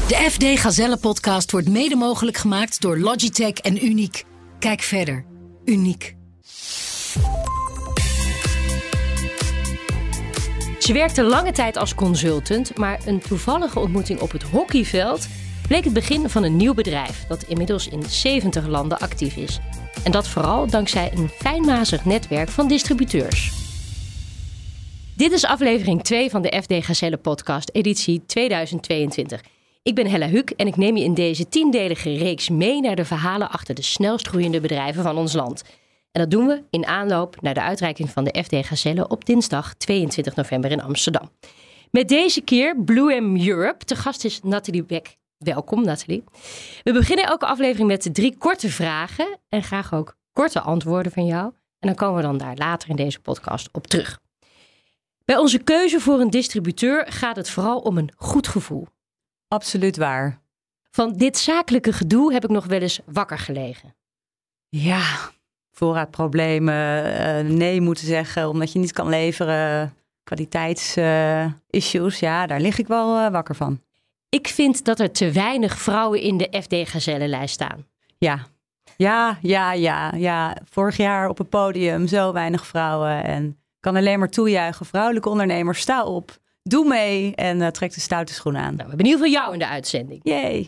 De FD Gazelle podcast wordt mede mogelijk gemaakt door Logitech en Uniek. Kijk verder. Uniek. Ze werkte lange tijd als consultant, maar een toevallige ontmoeting op het hockeyveld bleek het begin van een nieuw bedrijf dat inmiddels in 70 landen actief is. En dat vooral dankzij een fijnmazig netwerk van distributeurs. Dit is aflevering 2 van de FD Gazelle podcast, editie 2022. Ik ben Hella Huuk en ik neem je in deze 10-delige reeks mee naar de verhalen achter de snelst groeiende bedrijven van ons land. En dat doen we in aanloop naar de uitreiking van de FD Gazelle op dinsdag 22 november in Amsterdam. Met deze keer Blue M Europe. Te gast is Nathalie Beck. Welkom Nathalie. We beginnen elke aflevering met 3 korte vragen en graag ook korte antwoorden van jou. En dan komen we dan daar later in deze podcast op terug. Bij onze keuze voor een distributeur gaat het vooral om een goed gevoel. Absoluut waar. Van dit zakelijke gedoe heb ik nog wel eens wakker gelegen. Ja, voorraadproblemen, nee moeten zeggen omdat je niet kan leveren, kwaliteitsissues, ja, daar lig ik wel wakker van. Ik vind dat er te weinig vrouwen in de FD Gazelle-lijst staan. Ja. Vorig jaar op het podium zo weinig vrouwen en kan alleen maar toejuichen. Vrouwelijke ondernemers, sta op, doe mee en trek de stoute schoen aan. Nou, we hebben in ieder geval jou in de uitzending. Yay!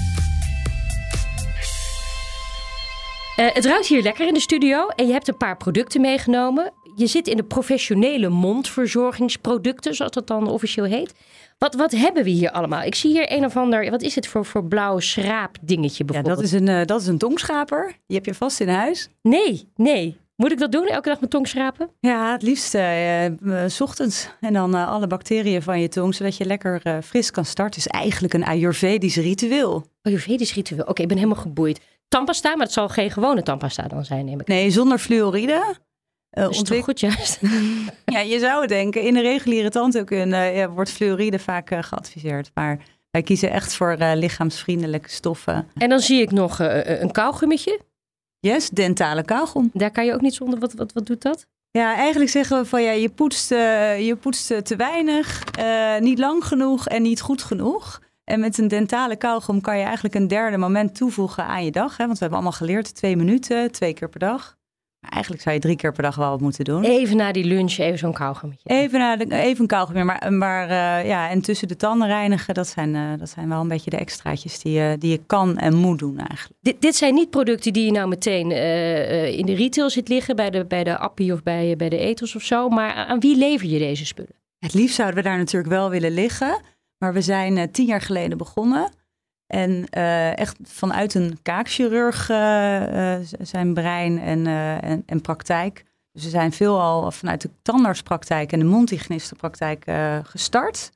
Het ruikt hier lekker in de studio en je hebt een paar producten meegenomen. Je zit in de professionele mondverzorgingsproducten, zoals dat dan officieel heet. Wat hebben we hier allemaal? Ik zie hier een of ander, wat is het voor blauw schraapdingetje bijvoorbeeld? Ja, dat is een tongschraper. Die heb je vast in huis. Nee. Moet ik dat doen? Elke dag mijn tong schrapen? Ja, het liefst 's ochtends. En dan alle bacteriën van je tong, zodat je lekker fris kan starten. Het is eigenlijk een Ayurvedisch ritueel. Ayurvedisch ritueel. Oké, ik ben helemaal geboeid. Tandpasta, maar het zal geen gewone tandpasta dan zijn, neem ik. Nee, zonder fluoride. Dat is toch goed juist? Ja, je zou het denken. In de reguliere tandheelkunde wordt fluoride vaak geadviseerd. Maar wij kiezen echt voor lichaamsvriendelijke stoffen. En dan zie ik nog een kauwgommetje. Yes, dentale kauwgom. Daar kan je ook niet zonder. Wat doet dat? Ja, eigenlijk zeggen we van je poetst te weinig, niet lang genoeg en niet goed genoeg. En met een dentale kauwgom kan je eigenlijk een derde moment toevoegen aan je dag. Hè? Want we hebben allemaal geleerd 2 minuten, 2 keer per dag. Maar eigenlijk zou je 3 keer per dag wel wat moeten doen. Even na die lunch, even zo'n kauwgommetje. Even een kauwgom. Maar en tussen de tanden reinigen, dat zijn wel een beetje de extraatjes die je kan en moet doen eigenlijk. Dit zijn niet producten die je nou meteen in de retail zit liggen, bij de Appie of bij de Ethos of zo. Maar aan wie lever je deze spullen? Het liefst zouden we daar natuurlijk wel willen liggen. Maar we zijn 10 jaar geleden begonnen. En echt vanuit een kaakchirurg zijn brein en praktijk. Dus we zijn veelal vanuit de tandartspraktijk en de mondhygiënistenpraktijk gestart.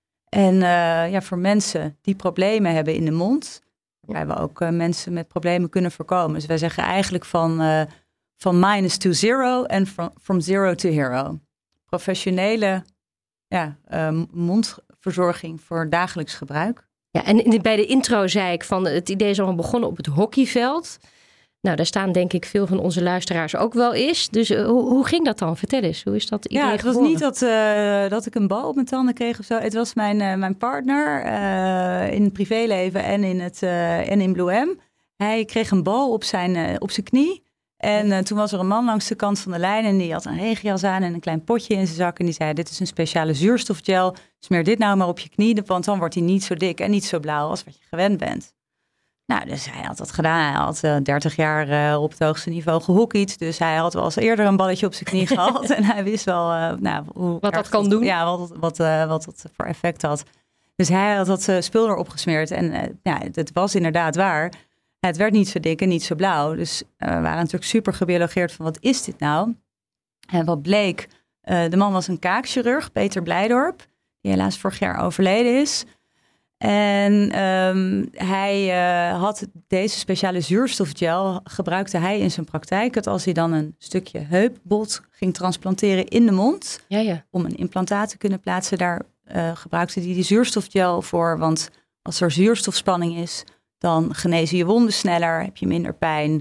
En voor mensen die problemen hebben in de mond, waarbij we ook mensen met problemen kunnen voorkomen. Dus wij zeggen eigenlijk van minus to zero en from zero to hero. Professionele mondverzorging voor dagelijks gebruik. Ja, en bij de intro zei ik van het idee is allemaal begonnen op het hockeyveld. Nou, daar staan denk ik veel van onze luisteraars ook wel eens. Dus hoe ging dat dan? Vertel eens, hoe is dat idee het geboren? was niet dat ik een bal op mijn tanden kreeg of zo. Het was mijn partner in het privéleven en in Blue M. Hij kreeg een bal op zijn knie. En toen was er een man langs de kant van de lijn en die had een regenjas aan en een klein potje in zijn zak. En die zei, dit is een speciale zuurstofgel. Smeer dit nou maar op je knie, want dan wordt hij niet zo dik en niet zo blauw als wat je gewend bent. Nou, dus hij had dat gedaan. Hij had 30 jaar op het hoogste niveau gehockeyd. Dus hij had wel eens eerder een balletje op zijn knie gehad. En hij wist wel hoe wat dat kan doen. Ja, wat dat voor effect had. Dus hij had dat spul erop gesmeerd. En het was inderdaad waar. Het werd niet zo dik en niet zo blauw. Dus we waren natuurlijk super gebiologeerd van wat is dit nou? En wat bleek, de man was een kaakchirurg, Peter Blijdorp, die helaas vorig jaar overleden is. En hij had deze speciale zuurstofgel, gebruikte hij in zijn praktijk. Dat als hij dan een stukje heupbot ging transplanteren in de mond, om een implantaat te kunnen plaatsen, daar gebruikte hij die zuurstofgel voor. Want als er zuurstofspanning is, dan genezen je wonden sneller, heb je minder pijn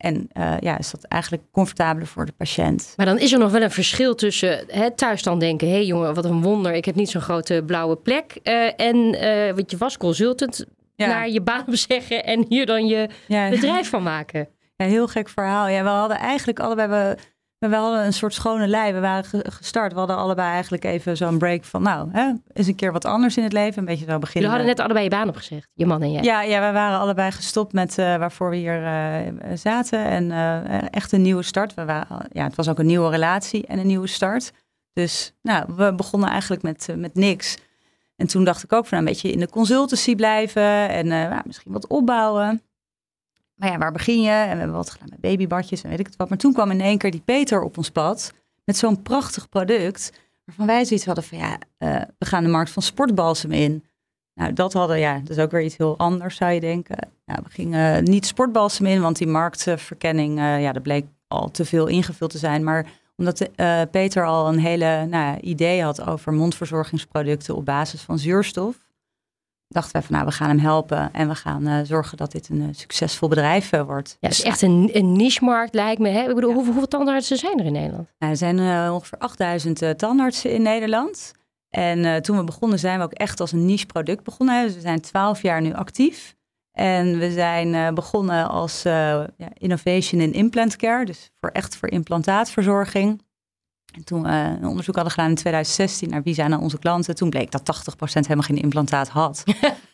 En is dat eigenlijk comfortabeler voor de patiënt. Maar dan is er nog wel een verschil tussen thuis dan denken... hé jongen, wat een wonder, ik heb niet zo'n grote blauwe plek. Want je was consultant, naar je baan opzeggen... en hier dan je bedrijf van maken. Ja, heel gek verhaal. Ja, we hadden eigenlijk allebei... We hadden een soort schone lei. We waren gestart. We hadden allebei eigenlijk even zo'n break van... eens een keer wat anders in het leven. Een beetje zo beginnen. Jullie hadden net allebei je baan opgezegd, je man en jij. Ja, we waren allebei gestopt met waarvoor we hier zaten. En echt een nieuwe start. Het was ook een nieuwe relatie en een nieuwe start. Dus we begonnen eigenlijk met niks. En toen dacht ik ook van een beetje in de consultancy blijven. En misschien wat opbouwen. Maar ja, waar begin je? En we hebben wat gedaan met babybadjes en weet ik het wat. Maar toen kwam in één keer die Peter op ons pad met zo'n prachtig product. Waarvan wij zoiets hadden van we gaan de markt van sportbalsem in. Nou, dat is ook weer iets heel anders zou je denken. Nou, we gingen niet sportbalsem in, want die marktverkenning, dat bleek al te veel ingevuld te zijn. Maar omdat Peter al een hele idee had over mondverzorgingsproducten op basis van zuurstof. Dachten wij van we gaan hem helpen en we gaan zorgen dat dit een succesvol bedrijf wordt. Ja, het is echt een niche-markt lijkt me. Hè? Ik bedoel, hoeveel tandartsen zijn er in Nederland? Er zijn ongeveer 8000 tandartsen in Nederland. En toen we begonnen zijn we ook echt als een niche product begonnen. Dus we zijn 12 jaar nu actief. En we zijn begonnen als innovation in implant care. Dus voor implantaatverzorging. En toen we een onderzoek hadden gedaan in 2016 naar wie zijn nou onze klanten. Toen bleek dat 80% helemaal geen implantaat had.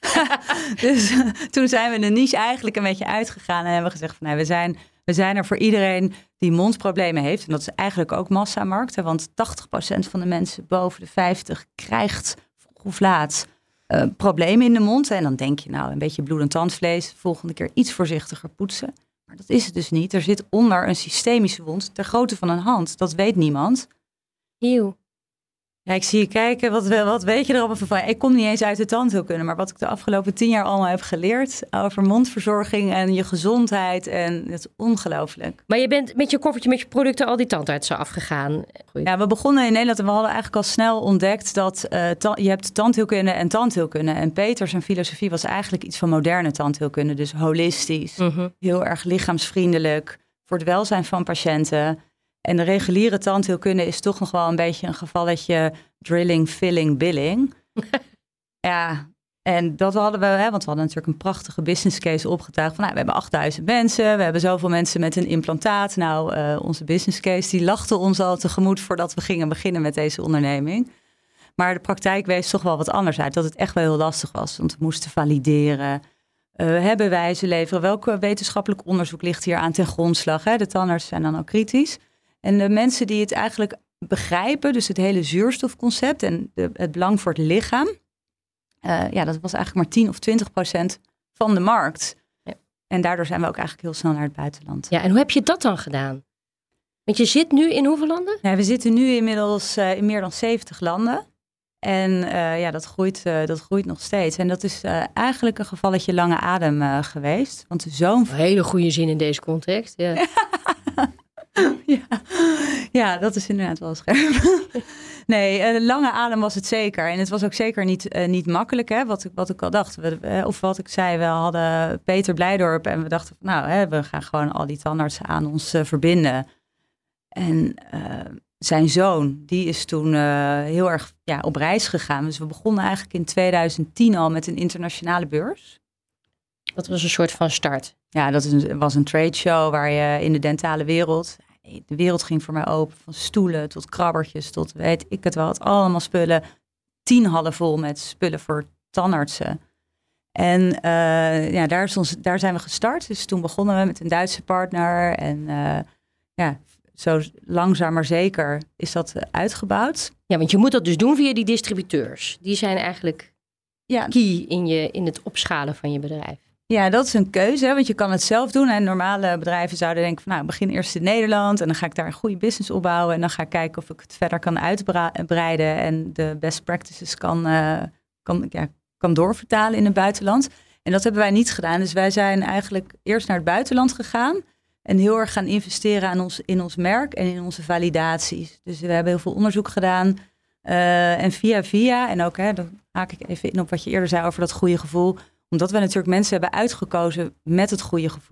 Dus toen zijn we de niche eigenlijk een beetje uitgegaan. En hebben gezegd van we zijn er voor iedereen die mondproblemen heeft. En dat is eigenlijk ook massamarkt. Hè, want 80% van de mensen boven de 50 krijgt vroeg of laat problemen in de mond. En dan denk je een beetje bloedend tandvlees. Volgende keer iets voorzichtiger poetsen. Maar dat is het dus niet. Er zit onder een systemische wond ter grootte van een hand. Dat weet niemand. Eeuw. Ja, ik zie je kijken. Wat weet je er allemaal van? Ik kom niet eens uit de tandheelkunde. Maar wat ik de afgelopen 10 jaar allemaal heb geleerd over mondverzorging en je gezondheid. En het is ongelooflijk. Maar je bent met je koffertje met je producten al die tandartsen afgegaan. Goeie. Ja, we begonnen in Nederland en we hadden eigenlijk al snel ontdekt dat je hebt tandheelkunde en tandheelkunde. En Peter zijn filosofie was eigenlijk iets van moderne tandheelkunde. Dus holistisch, heel erg lichaamsvriendelijk, voor het welzijn van patiënten. En de reguliere tandheelkunde is toch nog wel een beetje een gevalletje drilling, filling, billing. Ja, en dat hadden we, want we hadden natuurlijk een prachtige business case opgetuigd. Van we hebben 8000 mensen, we hebben zoveel mensen met een implantaat. Onze business case die lachte ons al tegemoet voordat we gingen beginnen met deze onderneming. Maar de praktijk wees toch wel wat anders uit, dat het echt wel heel lastig was. Want we moesten valideren, bewijzen leveren. Welk wetenschappelijk onderzoek ligt hier aan ten grondslag? Hè? De tandartsen zijn dan ook kritisch. En de mensen die het eigenlijk begrijpen, dus het hele zuurstofconcept en het belang voor het lichaam. Dat was eigenlijk maar 10 of 20% van de markt. Ja. En daardoor zijn we ook eigenlijk heel snel naar het buitenland. Ja, en hoe heb je dat dan gedaan? Want je zit nu in hoeveel landen? Ja, we zitten nu inmiddels in meer dan 70 landen. En dat groeit nog steeds. En dat is eigenlijk een gevalletje lange adem geweest. Want zo'n... Een hele goede zin in deze context. Ja. Ja, dat is inderdaad wel scherp. Nee, lange adem was het zeker. En het was ook zeker niet makkelijk, hè, wat ik al dacht. Of wat ik zei, we hadden Peter Blijdorp en we dachten van we gaan gewoon al die tandartsen aan ons verbinden. En zijn zoon, die is toen heel erg op reis gegaan. Dus we begonnen eigenlijk in 2010 al met een internationale beurs. Dat was een soort van start. Ja, was een trade show waar je in de dentale wereld... De wereld ging voor mij open, van stoelen tot krabbertjes tot weet ik het wat. Allemaal spullen, 10 hallen vol met spullen voor tandartsen. En daar zijn we gestart. Dus toen begonnen we met een Duitse partner. En zo langzaam maar zeker is dat uitgebouwd. Ja, want je moet dat dus doen via die distributeurs. Die zijn eigenlijk key in het opschalen van je bedrijf. Ja, dat is een keuze, hè, want je kan het zelf doen. En normale bedrijven zouden denken van begin eerst in Nederland en dan ga ik daar een goede business opbouwen en dan ga ik kijken of ik het verder kan uitbreiden en de best practices kan doorvertalen in het buitenland. En dat hebben wij niet gedaan. Dus wij zijn eigenlijk eerst naar het buitenland gegaan en heel erg gaan investeren in ons merk en in onze validaties. Dus we hebben heel veel onderzoek gedaan en via en ook, dan haak ik even in op wat je eerder zei over dat goede gevoel. Omdat we natuurlijk mensen hebben uitgekozen met het goede gevoel.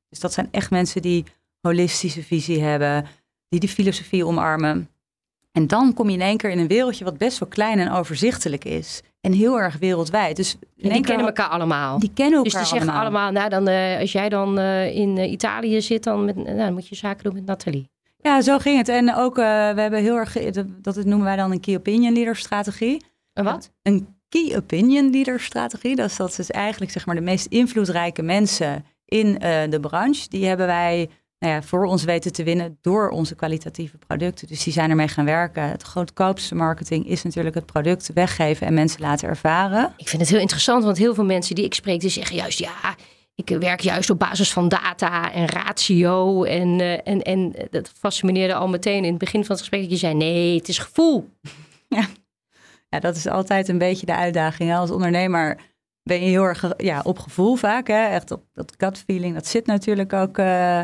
Dus dat zijn echt mensen die holistische visie hebben, die die filosofie omarmen. En dan kom je in één keer in een wereldje wat best wel klein en overzichtelijk is. En heel erg wereldwijd. Dus die kennen elkaar allemaal. Die kennen elkaar dus die zeggen allemaal, nou dan, als jij dan in Italië zit, dan moet je zaken doen met Nathalie. Ja, zo ging het. En ook, we hebben heel erg, dat noemen wij dan een key opinion leader strategie. Een wat? Een key opinion leader strategie. Dat is dus eigenlijk zeg maar de meest invloedrijke mensen in de branche. Die hebben wij voor ons weten te winnen door onze kwalitatieve producten. Dus die zijn ermee gaan werken. Het goedkoopste marketing is natuurlijk het product weggeven en mensen laten ervaren. Ik vind het heel interessant, want heel veel mensen die ik spreek, die zeggen juist, ja, ik werk juist op basis van data en ratio. En dat fascineerde al meteen in het begin van het gesprek dat je zei, nee, het is gevoel. Ja, dat is altijd een beetje de uitdaging. Als ondernemer ben je heel erg op gevoel vaak. Hè? Echt op dat gut feeling, dat zit natuurlijk ook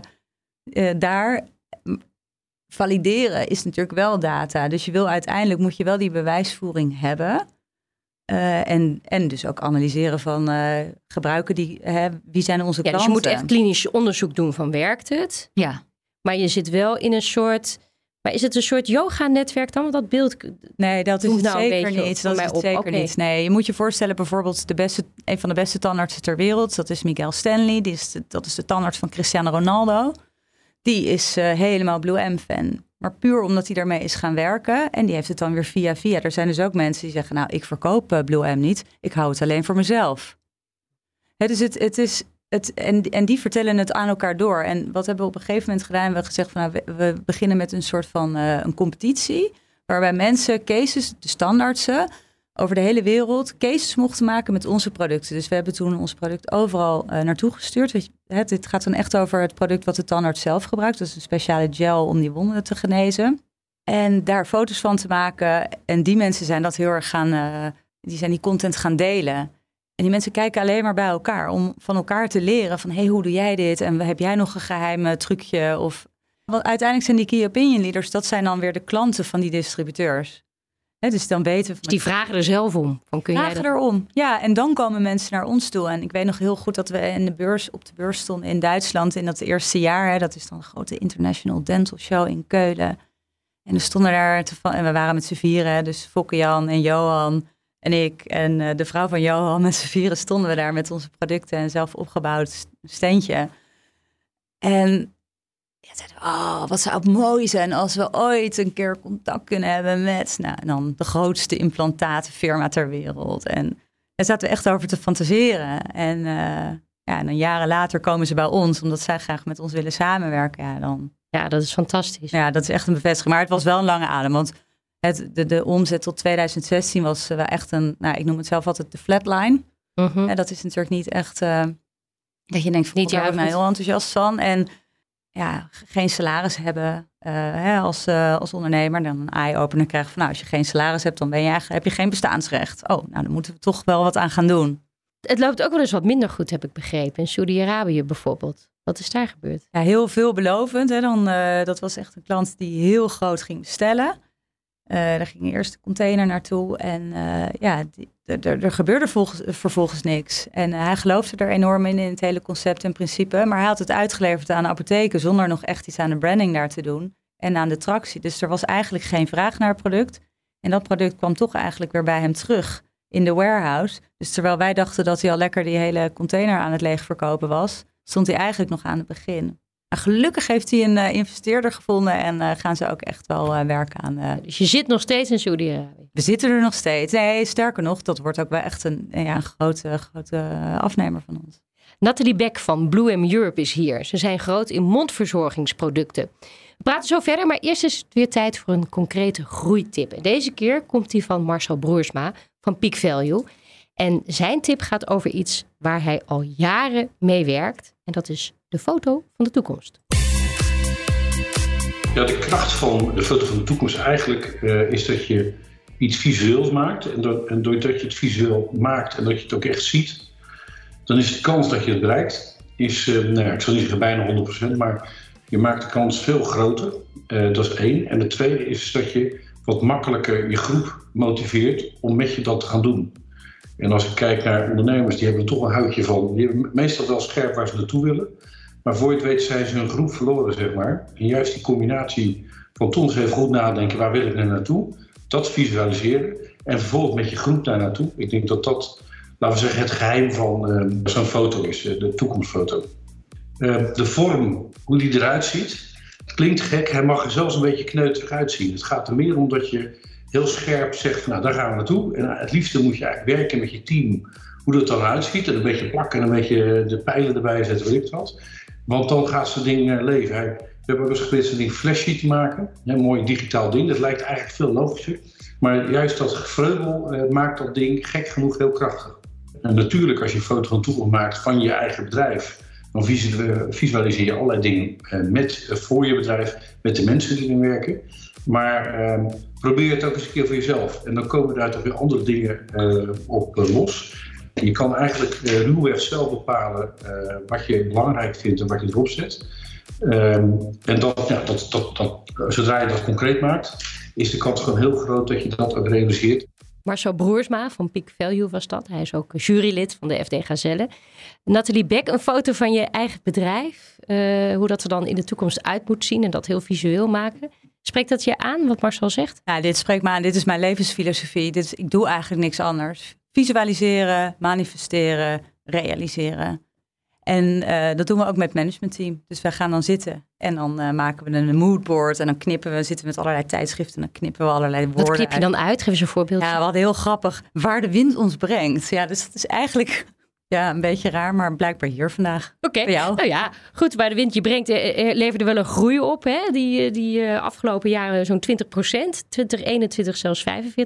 daar. Valideren is natuurlijk wel data. Dus uiteindelijk moet je wel die bewijsvoering hebben. En dus ook analyseren van gebruiken wie zijn onze klanten. Dus je moet echt klinisch onderzoek doen van werkt het? Ja. Maar je zit wel in een soort... Maar is het een soort yoga-netwerk dan? Want dat beeld... Nee, dat is het zeker niet. Dat is het zeker niet. Nee, je moet je voorstellen bijvoorbeeld een van de beste tandartsen ter wereld. Dat is Miguel Stanley. Dat is de tandarts van Cristiano Ronaldo. Die is helemaal Blue M-fan. Maar puur omdat hij daarmee is gaan werken. En die heeft het dan weer via. Er zijn dus ook mensen die zeggen, nou, ik verkoop Blue M niet. Ik hou het alleen voor mezelf. Dus het is... En die vertellen het aan elkaar door. En wat hebben we op een gegeven moment gedaan? We hebben gezegd van we beginnen met een soort van een competitie. Waarbij mensen cases, de standaardsen, over de hele wereld cases mochten maken met onze producten. Dus we hebben toen ons product overal naartoe gestuurd. Dit gaat dan echt over het product wat de tandarts zelf gebruikt. Dat is een speciale gel om die wonden te genezen. En daar foto's van te maken. En die mensen zijn dat heel erg die zijn die content gaan delen. En die mensen kijken alleen maar bij elkaar om van elkaar te leren van hoe doe jij dit? En heb jij nog een geheim trucje? Want uiteindelijk zijn die key opinion leaders, dat zijn dan weer de klanten van die distributeurs. Dus dan weten we. Die vragen er zelf om. Vragen erom. Ja, en dan komen mensen naar ons toe. En ik weet nog heel goed dat we op de beurs stonden in Duitsland in dat eerste jaar. Dat is dan een grote International Dental Show in Keulen. En we stonden daar en we waren met z'n vieren, dus Fokke-Jan en Johan. En ik en de vrouw van Johan met z'n vieren stonden we daar met onze producten en zelf opgebouwd standje. En zeiden wat zou het mooi zijn als we ooit een keer contact kunnen hebben met dan de grootste implantatenfirma ter wereld. En daar zaten we echt over te fantaseren. En dan jaren later komen ze bij ons, omdat zij graag met ons willen samenwerken. Ja, dat is fantastisch. Ja, dat is echt een bevestiging. Maar het was wel een lange adem, want de omzet tot 2016 was wel echt ik noem het zelf altijd de flatline. Mm-hmm. Dat is natuurlijk niet echt dat je denkt van, daar ben ik heel enthousiast van. En geen salaris hebben als ondernemer, dan een eye-opener krijgen van, als je geen salaris hebt, dan heb je geen bestaansrecht. Dan moeten we toch wel wat aan gaan doen. Het loopt ook wel eens wat minder goed, heb ik begrepen. In Saudi-Arabië bijvoorbeeld. Wat is daar gebeurd? Ja, heel veelbelovend. Dat was echt een klant die heel groot ging bestellen. Daar ging eerst de container naartoe en er gebeurde vervolgens niks. En hij geloofde er enorm in het hele concept en principe. Maar hij had het uitgeleverd aan de apotheken zonder nog echt iets aan de branding daar te doen. En aan de tractie. Dus er was eigenlijk geen vraag naar het product. En dat product kwam toch eigenlijk weer bij hem terug in de warehouse. Dus terwijl wij dachten dat hij al lekker die hele container aan het leegverkopen was, stond hij eigenlijk nog aan het begin. Gelukkig heeft hij een investeerder gevonden en gaan ze ook echt wel werken aan. Dus je zit nog steeds in Saudi-Arabië? We zitten er nog steeds. Nee, sterker nog, dat wordt ook wel echt een grote afnemer van ons. Nathalie Beck van Blue M Europe is hier. Ze zijn groot in mondverzorgingsproducten. We praten zo verder, maar eerst is het weer tijd voor een concrete groeitip. En deze keer komt die van Marcel Broersma van Peak Value. En zijn tip gaat over iets waar hij al jaren mee werkt. En dat is de foto van de toekomst. Ja, de kracht van de foto van de toekomst eigenlijk is dat je iets visueels maakt. En doordat je het visueel maakt en dat je het ook echt ziet, dan is de kans dat je het bereikt, ik zal niet zeggen bijna 100%, maar je maakt de kans veel groter. Dat is 1. En de tweede is dat je wat makkelijker je groep motiveert om met je dat te gaan doen. En als ik kijk naar ondernemers, die hebben er toch een huidje van. Die hebben meestal wel scherp waar ze naartoe willen. Maar voor je het weet zijn ze hun groep verloren, zeg maar. En juist die combinatie van toch eens even goed nadenken, waar wil ik naartoe? Dat visualiseren en vervolgens met je groep daar naartoe. Ik denk dat dat, laten we zeggen, het geheim van zo'n foto is, de toekomstfoto. De vorm, hoe die eruit ziet, het klinkt gek, hij mag er zelfs een beetje kneuterig uitzien. Het gaat er meer om dat je heel scherp zegt, nou daar gaan we naartoe. En het liefste moet je eigenlijk werken met je team, hoe dat dan uitziet. En een beetje plakken en een beetje de pijlen erbij zetten, weet ik wat. Want dan gaat zo'n ding leven. We hebben ook eens geprobeerd zo'n ding flashy te maken. Een mooi digitaal ding, dat lijkt eigenlijk veel logischer. Maar juist dat gevreugel maakt dat ding gek genoeg heel krachtig. En natuurlijk als je een foto van toekomst maakt van je eigen bedrijf, dan visualiseer je allerlei dingen voor je bedrijf, met de mensen die erin werken. Maar probeer het ook eens een keer voor jezelf. En dan komen daar toch weer andere dingen op los. Je kan eigenlijk ruwweg zelf bepalen wat je belangrijk vindt en wat je erop zet. En zodra je dat concreet maakt, is de kans gewoon heel groot dat je dat ook realiseert. Marcel Broersma van Peak Value was dat. Hij is ook jurylid van de FD Gazelle. Nathalie Beck, een foto van je eigen bedrijf. Hoe dat er dan in de toekomst uit moet zien en dat heel visueel maken. Spreekt dat je aan, wat Marcel zegt? Ja, dit spreekt me aan. Dit is mijn levensfilosofie. Ik doe eigenlijk niks anders. Visualiseren, manifesteren, realiseren. En dat doen we ook met het managementteam. Dus wij gaan dan zitten en dan maken we een moodboard en dan zitten we met allerlei tijdschriften en dan knippen we allerlei woorden. Wat knip je dan uit? Geef eens een voorbeeld. Ja, we hadden heel grappig waar de wind ons brengt. Ja, dus dat is eigenlijk een beetje raar, maar blijkbaar hier vandaag. Oké, nou ja, goed, waar de wind je brengt leverde wel een groei op. Hè? Die afgelopen jaren zo'n 20%, 2021 zelfs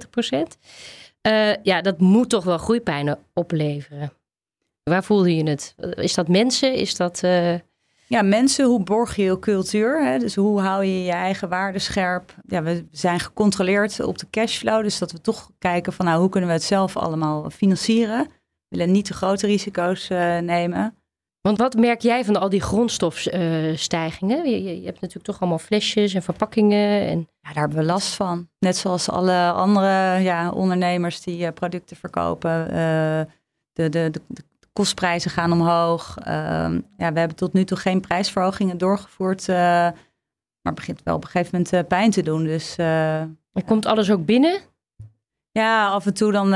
45%. Dat moet toch wel groeipijnen opleveren. Waar voelde je het? Is dat mensen? Is dat... Ja, mensen, hoe borg je je cultuur? Hè? Dus hoe hou je je eigen waarden scherp? Ja, we zijn gecontroleerd op de cashflow. Dus dat we toch kijken van hoe kunnen we het zelf allemaal financieren? We willen niet te grote risico's nemen. Want wat merk jij van al die grondstofstijgingen? Je hebt natuurlijk toch allemaal flesjes en verpakkingen. En... Ja, daar hebben we last van. Net zoals alle andere ondernemers die producten verkopen. De kostprijzen gaan omhoog. We hebben tot nu toe geen prijsverhogingen doorgevoerd. Maar het begint wel op een gegeven moment pijn te doen. Dus, komt alles ook binnen? Ja, af en toe dan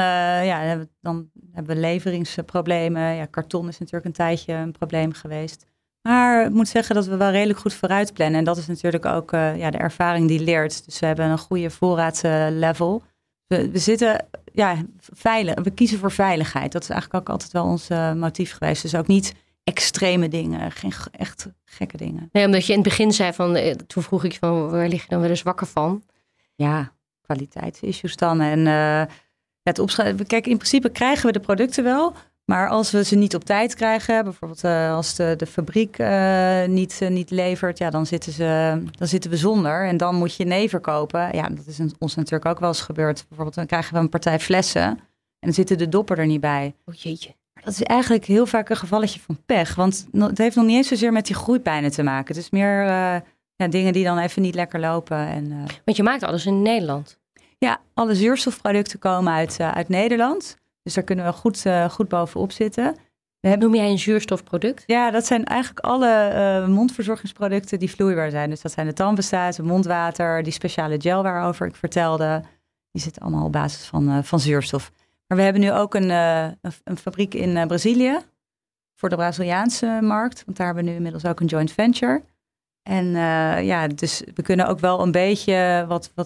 hebben we leveringsproblemen. Ja, karton is natuurlijk een tijdje een probleem geweest. Maar ik moet zeggen dat we wel redelijk goed vooruit plannen. En dat is natuurlijk ook de ervaring die leert. Dus we hebben een goede voorraadlevel. We zitten veilig. We kiezen voor veiligheid. Dat is eigenlijk ook altijd wel ons motief geweest. Dus ook niet extreme dingen. Geen echt gekke dingen. Nee, omdat je in het begin zei toen vroeg ik van waar lig je dan wel eens wakker van? Ja, kwaliteitsissues dan. En het opschrijven. Kijk, in principe krijgen we de producten wel. Maar als we ze niet op tijd krijgen, bijvoorbeeld als de fabriek niet levert, dan zitten we zonder. En dan moet je neverkopen. Ja, dat is ons natuurlijk ook wel eens gebeurd. Bijvoorbeeld dan krijgen we een partij flessen en dan zitten de doppen er niet bij. Oh jeetje. Dat is eigenlijk heel vaak een gevalletje van pech. Want het heeft nog niet eens zozeer met die groeipijnen te maken. Het is meer dingen die dan even niet lekker lopen. Want je maakt alles in Nederland. Ja, alle zuurstofproducten komen uit Nederland. Dus daar kunnen we goed bovenop zitten. Noem jij een zuurstofproduct? Ja, dat zijn eigenlijk alle mondverzorgingsproducten die vloeibaar zijn. Dus dat zijn de tandpasta, het mondwater, die speciale gel waarover ik vertelde. Die zitten allemaal op basis van zuurstof. Maar we hebben nu ook een fabriek in Brazilië voor de Braziliaanse markt. Want daar hebben we nu inmiddels ook een joint venture. En dus we kunnen ook wel een beetje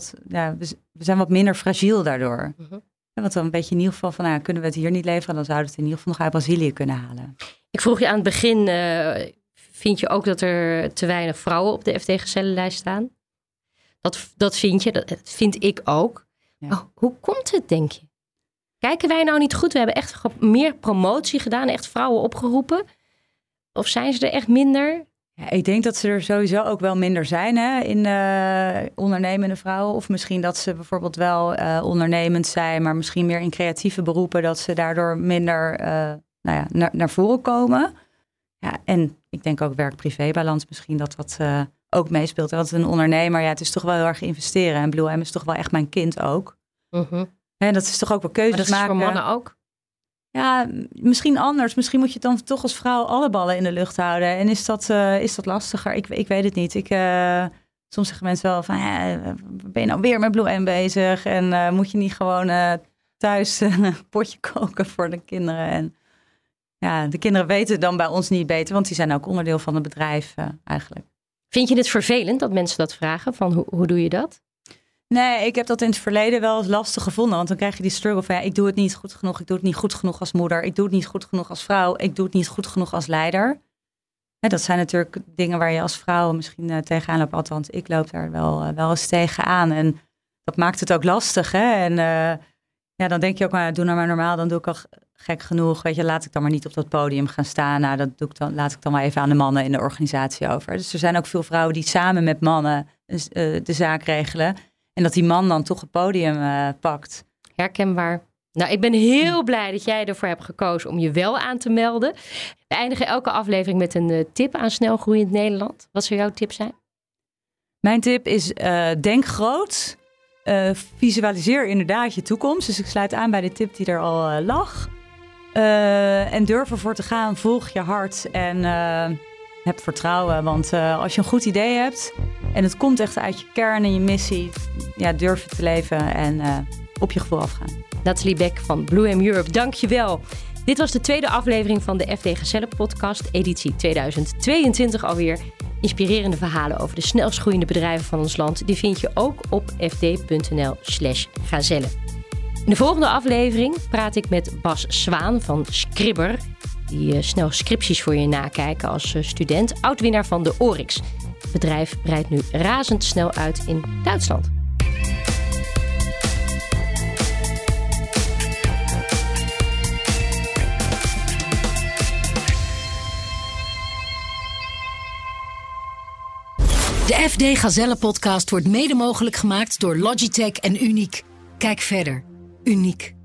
we zijn wat minder fragiel daardoor. Uh-huh. Want dan weet je in ieder geval van, kunnen we het hier niet leveren, dan zouden we het in ieder geval nog uit Brazilië kunnen halen. Ik vroeg je aan het begin, vind je ook dat er te weinig vrouwen op de FD Gazellenlijst staan? Dat vind je, dat vind ik ook. Ja. Oh, hoe komt het, denk je? Kijken wij nou niet goed? We hebben echt meer promotie gedaan, echt vrouwen opgeroepen. Of zijn ze er echt minder? Ja, ik denk dat ze er sowieso ook wel minder zijn in ondernemende vrouwen. Of misschien dat ze bijvoorbeeld wel ondernemend zijn, maar misschien meer in creatieve beroepen, dat ze daardoor minder naar voren komen. Ja, en ik denk ook werk-privé-balans misschien dat ook meespeelt. Want een ondernemer, het is toch wel heel erg investeren. En Blue M is toch wel echt mijn kind ook. Uh-huh. En dat is toch ook wel keuzes maken. Maar dat is voor mannen ook? Ja, misschien anders. Misschien moet je dan toch als vrouw alle ballen in de lucht houden. En is dat lastiger? Ik weet het niet. Soms zeggen mensen wel van, ben je nou weer met Blue M bezig? En moet je niet gewoon thuis een potje koken voor de kinderen? En ja, de kinderen weten dan bij ons niet beter, want die zijn ook onderdeel van het bedrijf eigenlijk. Vind je het vervelend dat mensen dat vragen? Van hoe doe je dat? Nee, ik heb dat in het verleden wel eens lastig gevonden. Want dan krijg je die struggle van, ik doe het niet goed genoeg. Ik doe het niet goed genoeg als moeder. Ik doe het niet goed genoeg als vrouw. Ik doe het niet goed genoeg als leider. Ja, dat zijn natuurlijk dingen waar je als vrouw misschien tegenaan loopt. Althans, ik loop daar wel eens tegenaan. En dat maakt het ook lastig. Hè? En dan denk je ook, doe nou maar normaal. Dan doe ik al gek genoeg. Weet je, laat ik dan maar niet op dat podium gaan staan. Nou, laat ik dan maar even aan de mannen in de organisatie over. Dus er zijn ook veel vrouwen die samen met mannen de zaak regelen. En dat die man dan toch het podium pakt. Herkenbaar. Nou, ik ben heel blij dat jij ervoor hebt gekozen om je wel aan te melden. We eindigen elke aflevering met een tip aan snelgroeiend Nederland. Wat zou jouw tip zijn? Mijn tip is denk groot. Visualiseer inderdaad je toekomst. Dus ik sluit aan bij de tip die er al lag. En durf ervoor te gaan. Volg je hart en heb vertrouwen. Want als je een goed idee hebt en het komt echt uit je kern en je missie, durf het te leven en op je gevoel afgaan. Nathalie Beck van Blue M Europe, dank je wel. Dit was de tweede aflevering van de FD Gazelle podcast, editie 2022 alweer. Inspirerende verhalen over de snelst groeiende bedrijven van ons land, die vind je ook op fd.nl/gazelle. In de volgende aflevering praat ik met Bas Zwaan van Scribber, die snel scripties voor je nakijken als student, oud-winnaar van de Oryx. Het bedrijf breidt nu razendsnel uit in Duitsland. De FD Gazelle podcast wordt mede mogelijk gemaakt door Logitech en Uniek. Kijk verder. Uniek.